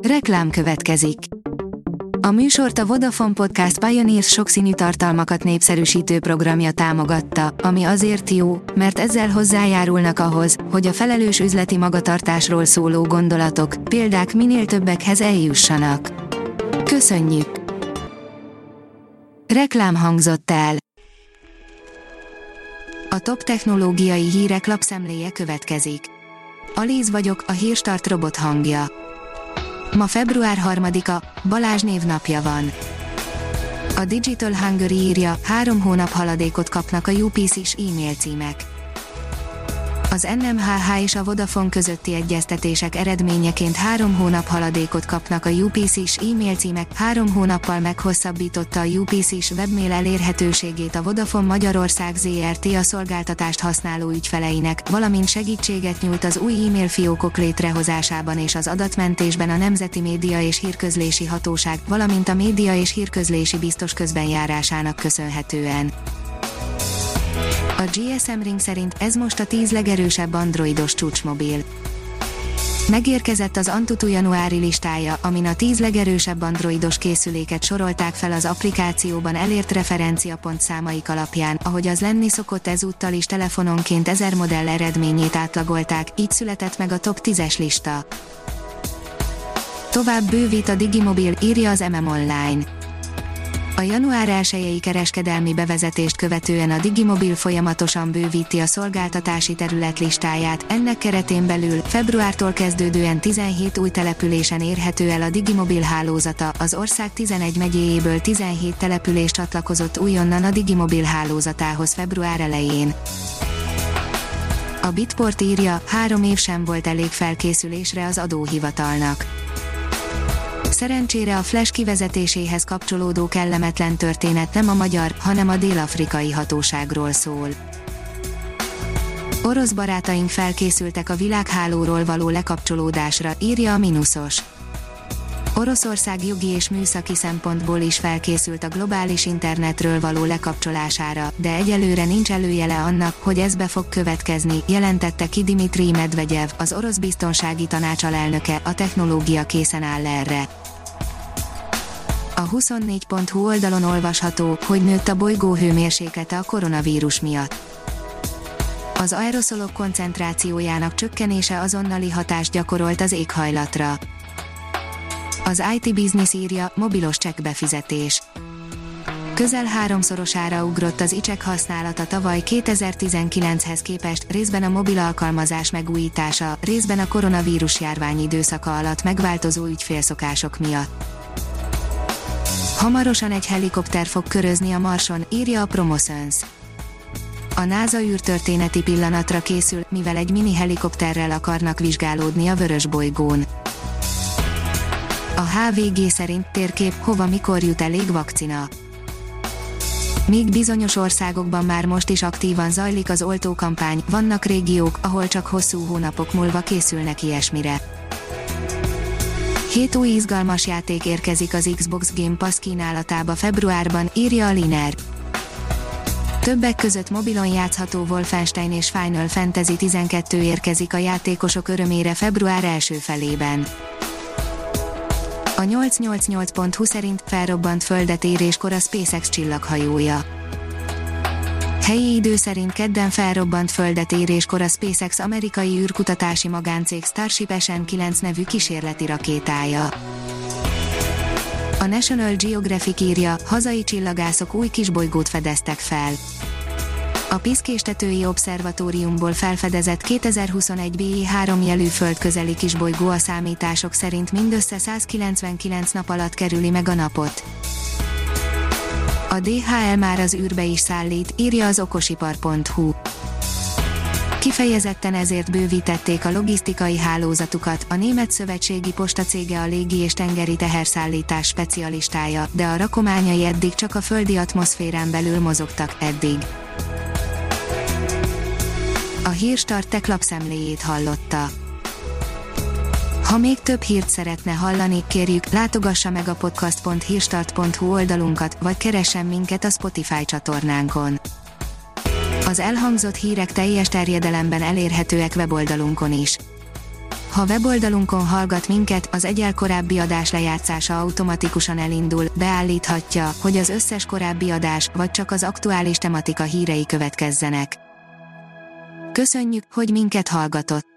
Reklám következik. A műsort a Vodafone Podcast Pioneers sokszínű tartalmakat népszerűsítő programja támogatta, ami azért jó, mert ezzel hozzájárulnak ahhoz, hogy a felelős üzleti magatartásról szóló gondolatok, példák minél többekhez eljussanak. Köszönjük! Reklám hangzott el. A top technológiai hírek lapszemléje következik. Alíz vagyok, a Hírstart robot hangja. Ma február 3-a, Balázs névnapja van. A Digital Hungary írja, 3 hónap haladékot kapnak a UPC-s e-mail címek. Az NMHH és a Vodafone közötti egyeztetések eredményeként 3 hónap haladékot kapnak a UPC-s e-mail címek. 3 hónappal meghosszabbította a UPC-s webmail elérhetőségét a Vodafone Magyarország Zrt. A szolgáltatást használó ügyfeleinek, valamint segítséget nyújt az új e-mail fiókok létrehozásában és az adatmentésben a Nemzeti Média és Hírközlési Hatóság, valamint a Média és Hírközlési Biztos közbenjárásának köszönhetően. A GSM Ring szerint ez most a 10 legerősebb androidos csúcsmobil. Megérkezett az Antutu januári listája, amin a 10 legerősebb androidos készüléket sorolták fel az applikációban elért referenciapontszámaik alapján, ahogy az lenni szokott, ezúttal is telefononként 1000 modell eredményét átlagolták, így született meg a top 10-es lista. Tovább bővít a Digimobil, írja az Online. A január 1-i kereskedelmi bevezetést követően a Digimobil folyamatosan bővíti a szolgáltatási terület listáját, ennek keretén belül februártól kezdődően 17 új településen érhető el a Digimobil hálózata, az ország 11 megyéjéből 17 település csatlakozott újonnan a Digimobil hálózatához február elején. A Bitport írja, 3 év sem volt elég felkészülésre az adóhivatalnak. Szerencsére a Flash kivezetéséhez kapcsolódó kellemetlen történet nem a magyar, hanem a dél-afrikai hatóságról szól. Orosz barátaink felkészültek a világhálóról való lekapcsolódásra, írja a Minusos. Oroszország jogi és műszaki szempontból is felkészült a globális internetről való lekapcsolására, de egyelőre nincs előjele annak, hogy ez be fog következni, jelentette ki Dmitrij Medvegyev, az orosz biztonsági tanács alelnöke. A technológia készen áll erre. A 24.hu oldalon olvasható, hogy nőtt a bolygó hőmérséklete a koronavírus miatt. Az aeroszolok koncentrációjának csökkenése azonnali hatást gyakorolt az éghajlatra. Az IT Business írja, mobilos csekkbefizetés. Közel 3-szorosára ugrott az e-csekk használata tavaly 2019-hez képest, részben a mobil alkalmazás megújítása, részben a koronavírus járvány időszaka alatt megváltozó ügyfélszokások miatt. Hamarosan egy helikopter fog körözni a Marson, írja a Promoszöns. A NASA űrtörténeti pillanatra készül, mivel egy mini helikopterrel akarnak vizsgálódni a Vörösbolygón. A HVG szerint térkép, hova mikor jut elég vakcina. Míg bizonyos országokban már most is aktívan zajlik az oltókampány, vannak régiók, ahol csak hosszú hónapok múlva készülnek ilyesmire. 7 új izgalmas játék érkezik az Xbox Game Pass kínálatába februárban, írja a Liner. Többek között mobilon játszható Wolfenstein és Final Fantasy 12 érkezik a játékosok örömére február első felében. A 888.hu szerint felrobbant földet éréskor a SpaceX csillaghajója. Helyi idő szerint kedden felrobbant földet éréskor a SpaceX amerikai űrkutatási magáncég Starship SN9 nevű kísérleti rakétája. A National Geographic írja, hazai csillagászok új kisbolygót fedeztek fel. A Piszkéstetői Obszervatóriumból felfedezett 2021 BE3 jelű földközeli kisbolygó a számítások szerint mindössze 199 nap alatt kerüli meg a napot. A DHL már az űrbe is szállít, írja az okosipar.hu. Kifejezetten ezért bővítették a logisztikai hálózatukat, a német szövetségi postacége a légi és tengeri teherszállítás specialistája, de a rakományai eddig csak a földi atmoszférán belül mozogtak, eddig. A Hírstart Tech lapszemléjét hallotta. Ha még több hírt szeretne hallani, kérjük, látogassa meg a podcast.hírstart.hu oldalunkat, vagy keressen minket a Spotify csatornánkon. Az elhangzott hírek teljes terjedelemben elérhetőek weboldalunkon is. Ha weboldalunkon hallgat minket, az egyel korábbi adás lejátszása automatikusan elindul, beállíthatja, hogy az összes korábbi adás, vagy csak az aktuális tematika hírei következzenek. Köszönjük, hogy minket hallgatott!